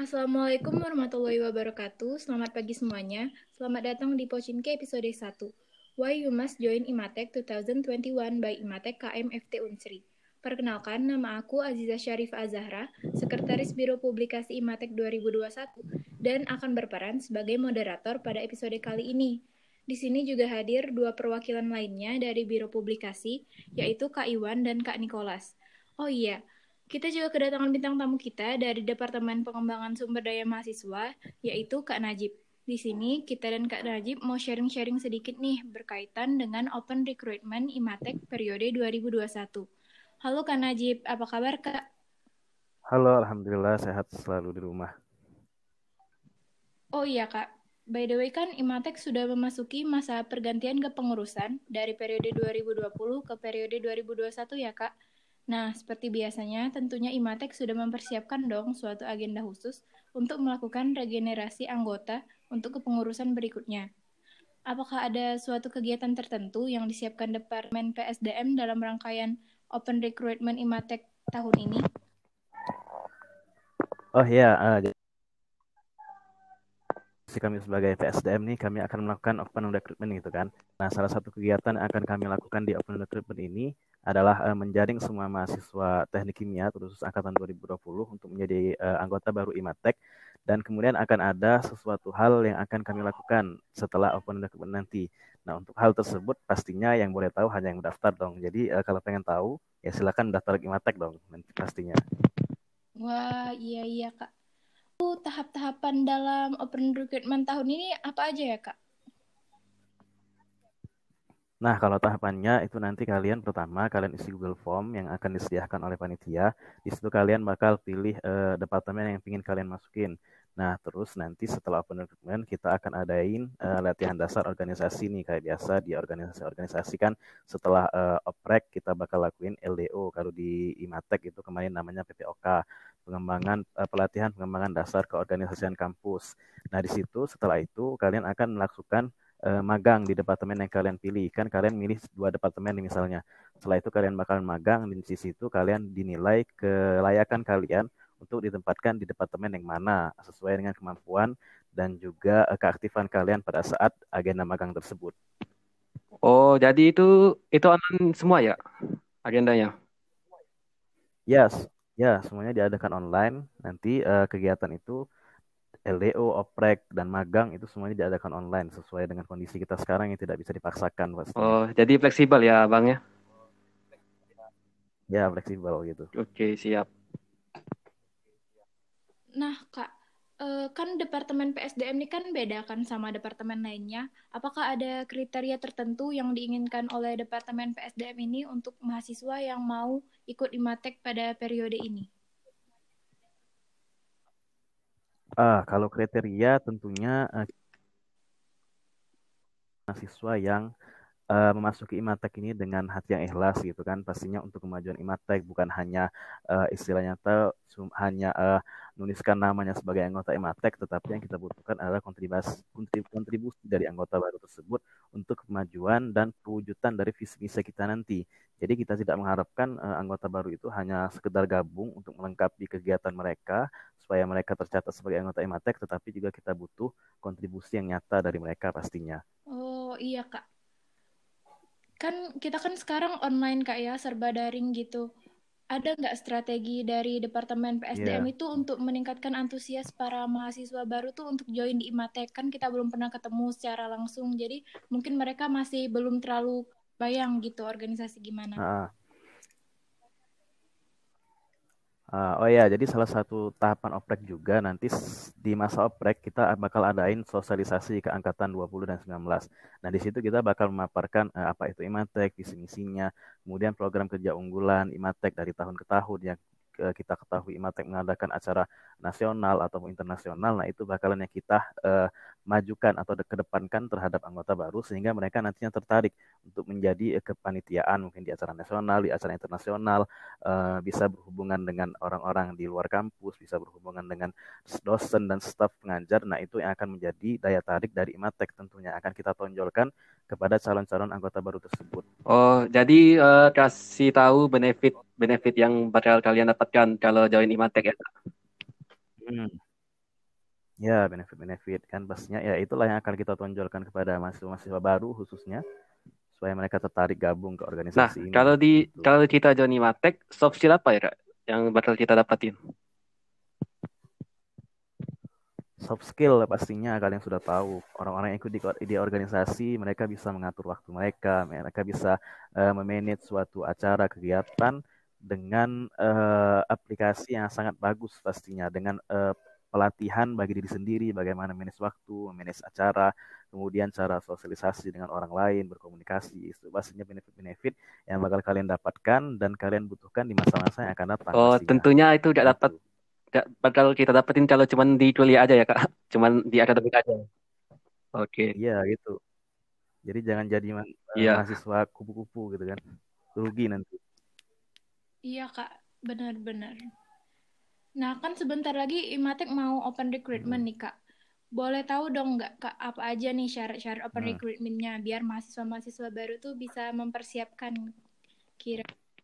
Assalamualaikum warahmatullahi wabarakatuh. Selamat pagi semuanya. Selamat datang di Pochinki episode 1. Why You Must Join Imatek 2021 by Imatek KMFT Unsri. Perkenalkan, nama aku Aziza Syarif Azahra, Sekretaris Biro Publikasi Imatek 2021 dan akan berperan sebagai moderator pada episode kali ini. Di sini juga hadir dua perwakilan lainnya dari Biro Publikasi, yaitu Kak Iwan dan Kak Nikolas. Oh iya, kita juga kedatangan bintang tamu kita dari Departemen Pengembangan Sumber Daya Mahasiswa, yaitu Kak Najib. Di sini, kita dan Kak Najib mau sharing-sharing sedikit nih berkaitan dengan Open Recruitment Imatek periode 2021. Halo Kak Najib, apa kabar Kak? Halo, alhamdulillah sehat selalu di rumah. Oh iya Kak, by the way kan Imatek sudah memasuki masa pergantian kepengurusan dari periode 2020 ke periode 2021 ya Kak. Nah, seperti biasanya, tentunya Imatek sudah mempersiapkan dong suatu agenda khusus untuk melakukan regenerasi anggota untuk kepengurusan berikutnya. Apakah ada suatu kegiatan tertentu yang disiapkan Departemen PSDM dalam rangkaian Open Recruitment Imatek tahun ini? Oh ya, jadi kami sebagai PSDM nih, kami akan melakukan open recruitment gitu kan. Nah, salah satu kegiatan yang akan kami lakukan di open recruitment ini adalah menjaring semua mahasiswa teknik kimia, khusus angkatan 2020 untuk menjadi anggota baru Imatek. Dan kemudian akan ada sesuatu hal yang akan kami lakukan setelah open recruitment nanti. Nah, untuk hal tersebut pastinya yang boleh tahu hanya yang mendaftar dong. Jadi kalau pengen tahu, ya silakan daftar Imatek dong nanti pastinya. Wah, iya iya Kak. Tahap-tahapan dalam Open Recruitment tahun ini apa aja ya Kak? Nah, kalau tahapannya itu nanti kalian pertama kalian isi Google Form yang akan disediakan oleh panitia. Di situ kalian bakal pilih departemen yang ingin kalian masukin. Nah, terus nanti setelah open recruitment kita akan adain latihan dasar organisasi nih kayak biasa di organisasi-organisasi kan setelah oprek kita bakal lakuin LDO. Kalau di Imatek itu kemarin namanya PPOK, pelatihan pengembangan dasar keorganisasian kampus. Nah, di situ setelah itu kalian akan melakukan magang di departemen yang kalian pilih. Kan kalian milih dua departemen nih misalnya. Setelah itu kalian bakalan magang, di situ kalian dinilai kelayakan kalian untuk ditempatkan di departemen yang mana sesuai dengan kemampuan dan juga keaktifan kalian pada saat agenda magang tersebut. Oh, jadi itu online semua ya agendanya? Yes, ya semuanya diadakan online. Nanti kegiatan itu LDO, oprek, dan magang itu semuanya diadakan online sesuai dengan kondisi kita sekarang yang tidak bisa dipaksakan pastinya. Oh, jadi fleksibel ya, Bang ya? Ya, fleksibel gitu. Oke, siap. Nah, Kak, kan Departemen PSDM ini kan beda kan sama departemen lainnya. Apakah ada kriteria tertentu yang diinginkan oleh Departemen PSDM ini untuk mahasiswa yang mau ikut Imatek pada periode ini? Kalau kriteria tentunya mahasiswa yang memasuki Imatek ini dengan hati yang ikhlas gitu kan pastinya untuk kemajuan Imatek bukan hanya istilahnya hanya menuliskan namanya sebagai anggota Imatek tetapi yang kita butuhkan adalah kontribusi dari anggota baru tersebut untuk kemajuan dan pewujudan dari visi misi kita nanti. Jadi kita tidak mengharapkan anggota baru itu hanya sekedar gabung untuk melengkapi kegiatan mereka supaya mereka tercatat sebagai anggota Imatek tetapi juga kita butuh kontribusi yang nyata dari mereka pastinya. Oh iya, Kak. Kan kita kan sekarang online Kak ya, serba daring gitu. Ada nggak strategi dari Departemen PSDM Iya. itu untuk meningkatkan antusias para mahasiswa baru tuh untuk join di Imatek? Kan kita belum pernah ketemu secara langsung, jadi mungkin mereka masih belum terlalu bayang gitu organisasi gimana. Nah, oh ya, jadi salah satu tahapan oprek juga nanti di masa oprek kita bakal adain sosialisasi ke angkatan 20 dan 19. Nah, di situ kita bakal memaparkan apa itu Imatek, visi misinya, kemudian program kerja unggulan Imatek dari tahun ke tahun yang kita ketahui Imatek mengadakan acara nasional atau internasional. Nah, itu bakalan yang kita majukan atau kedepankan terhadap anggota baru sehingga mereka nantinya tertarik untuk menjadi kepanitiaan mungkin di acara nasional, di acara internasional, bisa berhubungan dengan orang-orang di luar kampus, bisa berhubungan dengan dosen dan staf pengajar. Nah, itu yang akan menjadi daya tarik dari Imatek tentunya akan kita tonjolkan kepada calon-calon anggota baru tersebut. Oh, jadi kasih tahu benefit-benefit yang bakal kalian dapatkan kalau join Imatek ya? Hmm. Ya, benefit-benefit kan pastinya ya itulah yang akan kita tonjolkan kepada mahasiswa-mahasiswa baru khususnya supaya mereka tertarik gabung ke Nah, organisasi ini gitu. kalau kita join Imatek, soft skill apa ya, Kak, yang bakal kita dapatin? Soft skill pastinya kalian sudah tahu. Orang-orang yang ikut di organisasi, mereka bisa mengatur waktu mereka bisa memanage suatu acara kegiatan dengan aplikasi yang sangat bagus pastinya, dengan pelatihan bagi diri sendiri, bagaimana manage waktu, manage acara, kemudian cara sosialisasi dengan orang lain, berkomunikasi. Itu pastinya benefit-benefit yang bakal kalian dapatkan dan kalian butuhkan di masa-masa yang akan datang Oh, pastinya. tentunya itu Begitu. bakal kita dapetin kalau cuman di kuliah aja ya, Kak. Cuman di akademik aja. Oke. Iya, gitu. Jadi jangan jadi Iya. mahasiswa kupu-kupu gitu kan. Rugi nanti. Iya Kak, benar-benar. Nah kan sebentar lagi Imatek mau open recruitment Hmm. nih Kak. Boleh tahu dong nggak Kak apa aja nih syarat-syarat open Hmm. recruitment-nya biar mahasiswa-mahasiswa baru tuh bisa mempersiapkan kira.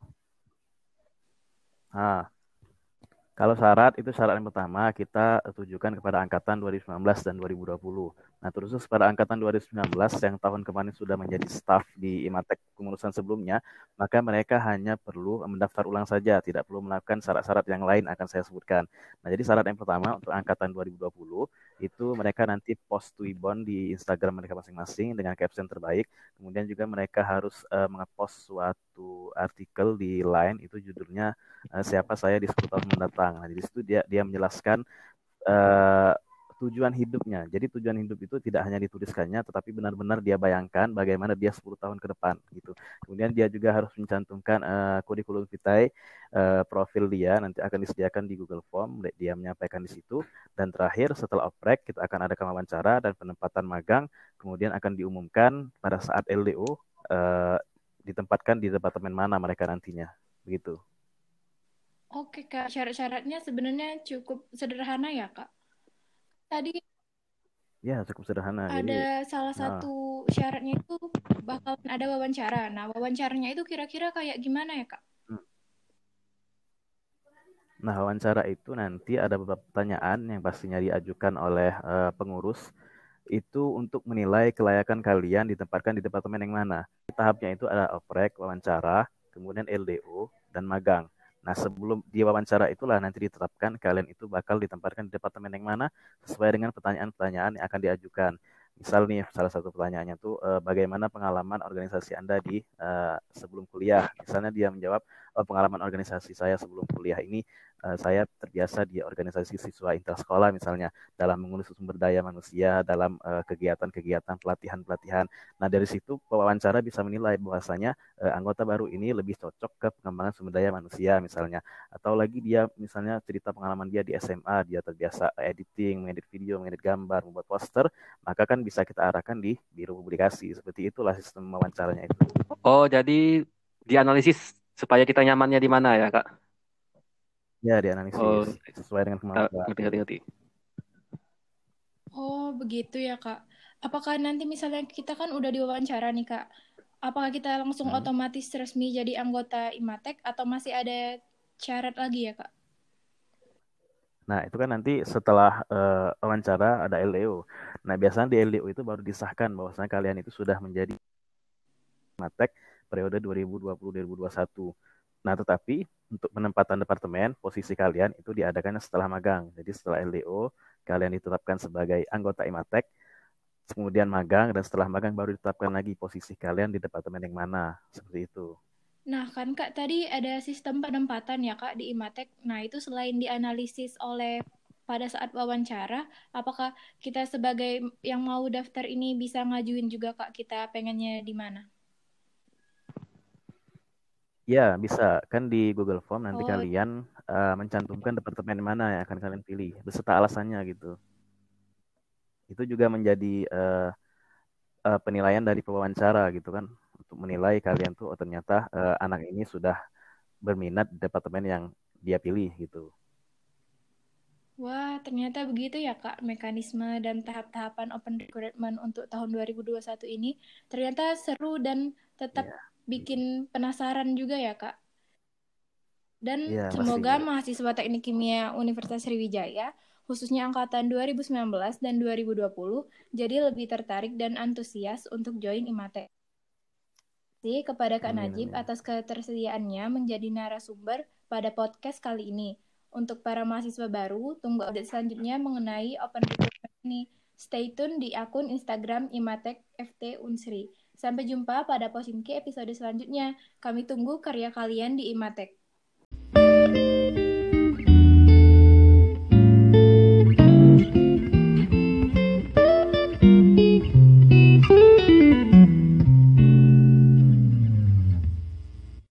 Nah, kalau syarat itu syarat yang pertama kita tujukan kepada angkatan 2019 dan 2020. Nah, terus pada angkatan 2019 yang tahun kemarin sudah menjadi staf di Imatek pengurusan sebelumnya, maka mereka hanya perlu mendaftar ulang saja, tidak perlu melakukan syarat-syarat yang lain akan saya sebutkan. Nah, jadi syarat yang pertama untuk angkatan 2020 itu mereka nanti post Twibbon di Instagram mereka masing-masing dengan caption terbaik. Kemudian juga mereka harus mengepost suatu artikel di Line itu judulnya siapa saya di 10 tahun mendatang. Nah, di situ dia menjelaskan uh, tujuan hidupnya. Jadi tujuan hidup itu tidak hanya dituliskannya, tetapi benar-benar dia bayangkan bagaimana dia 10 tahun ke depan gitu. Kemudian dia juga harus mencantumkan kurikulum vitae, profil dia nanti akan disediakan di Google Form, dia menyampaikan di situ. Dan terakhir setelah oprek kita akan ada wawancara dan penempatan magang, kemudian akan diumumkan pada saat LDO ditempatkan di departemen mana mereka nantinya. Begitu. Oke Kak, syarat-syaratnya sebenarnya cukup sederhana ya Kak. Tadi Ya, cukup sederhana. Jadi, ada salah nah, satu syaratnya itu bakalan ada wawancara. Nah, wawancaranya itu kira-kira kayak gimana ya Kak? hmm. Nah, wawancara itu nanti ada beberapa pertanyaan yang pastinya diajukan oleh pengurus itu untuk menilai kelayakan kalian ditempatkan di departemen yang mana. Tahapnya itu ada oprek, wawancara, kemudian LDO, dan magang. Nah, sebelum di wawancara itulah nanti ditetapkan kalian itu bakal ditempatkan di departemen yang mana sesuai dengan pertanyaan-pertanyaan yang akan diajukan. Misal nih, salah satu pertanyaannya tuh bagaimana pengalaman organisasi Anda di sebelum kuliah. Misalnya dia menjawab, pengalaman organisasi saya sebelum kuliah ini, saya terbiasa di organisasi siswa intersekolah misalnya, dalam mengurus sumber daya manusia, dalam kegiatan-kegiatan pelatihan-pelatihan. Nah, dari situ pewawancara bisa menilai bahwasanya anggota baru ini lebih cocok ke pengembangan sumber daya manusia misalnya. Atau lagi dia misalnya cerita pengalaman dia di SMA, dia terbiasa editing, mengedit video, mengedit gambar, membuat poster, maka kan bisa kita arahkan di biro publikasi. Seperti itulah sistem wawancaranya itu. Oh, jadi dianalisis supaya kita nyamannya di mana ya, Kak? Ya, Oh, dianalisis sesuai dengan kemampuan. ngerti, ngerti, ngerti. Oh, begitu ya, Kak. Apakah nanti misalnya kita kan udah diwawancara nih, Kak. Apakah kita langsung Hmm. otomatis resmi jadi anggota Imatek atau masih ada syarat lagi ya, Kak? Nah, itu kan nanti setelah wawancara ada LDO. Nah, biasanya di LDO itu baru disahkan bahwasanya kalian itu sudah menjadi Matek periode 2020-2021. Nah, tetapi untuk penempatan departemen, posisi kalian itu diadakannya setelah magang. Jadi setelah LDO, kalian ditetapkan sebagai anggota Imatek, kemudian magang, dan setelah magang baru ditetapkan lagi posisi kalian di departemen yang mana. Seperti itu. Nah, kan Kak tadi ada sistem penempatan ya, Kak, di Imatek. Nah, itu selain dianalisis oleh pada saat wawancara, apakah kita sebagai yang mau daftar ini bisa ngajuin juga, Kak, kita pengennya di mana? Ya, bisa. Kan di Google Form nanti Oh, kalian mencantumkan departemen mana yang akan kalian pilih, beserta alasannya gitu. Itu juga menjadi penilaian dari pewawancara gitu kan, untuk menilai kalian tuh ternyata anak ini sudah berminat di departemen yang dia pilih gitu. wah, ternyata begitu ya, Kak, mekanisme dan tahap-tahapan open recruitment untuk tahun 2021 ini. Ternyata seru dan tetap Iya, gitu. bikin penasaran juga ya, Kak. Dan Iya semoga pastinya. mahasiswa Teknik Kimia Universitas Sriwijaya khususnya angkatan 2019 dan 2020, jadi lebih tertarik dan antusias untuk join IMATEK. Terima kasih kepada Kak Najib atas ketersediaannya menjadi narasumber pada podcast kali ini. Untuk para mahasiswa baru, tunggu update selanjutnya mengenai open recruitment ini. Stay tune di akun Instagram IMATEK FT Unsri. Sampai jumpa pada Pochinki episode selanjutnya. Kami tunggu karya kalian di IMATEK.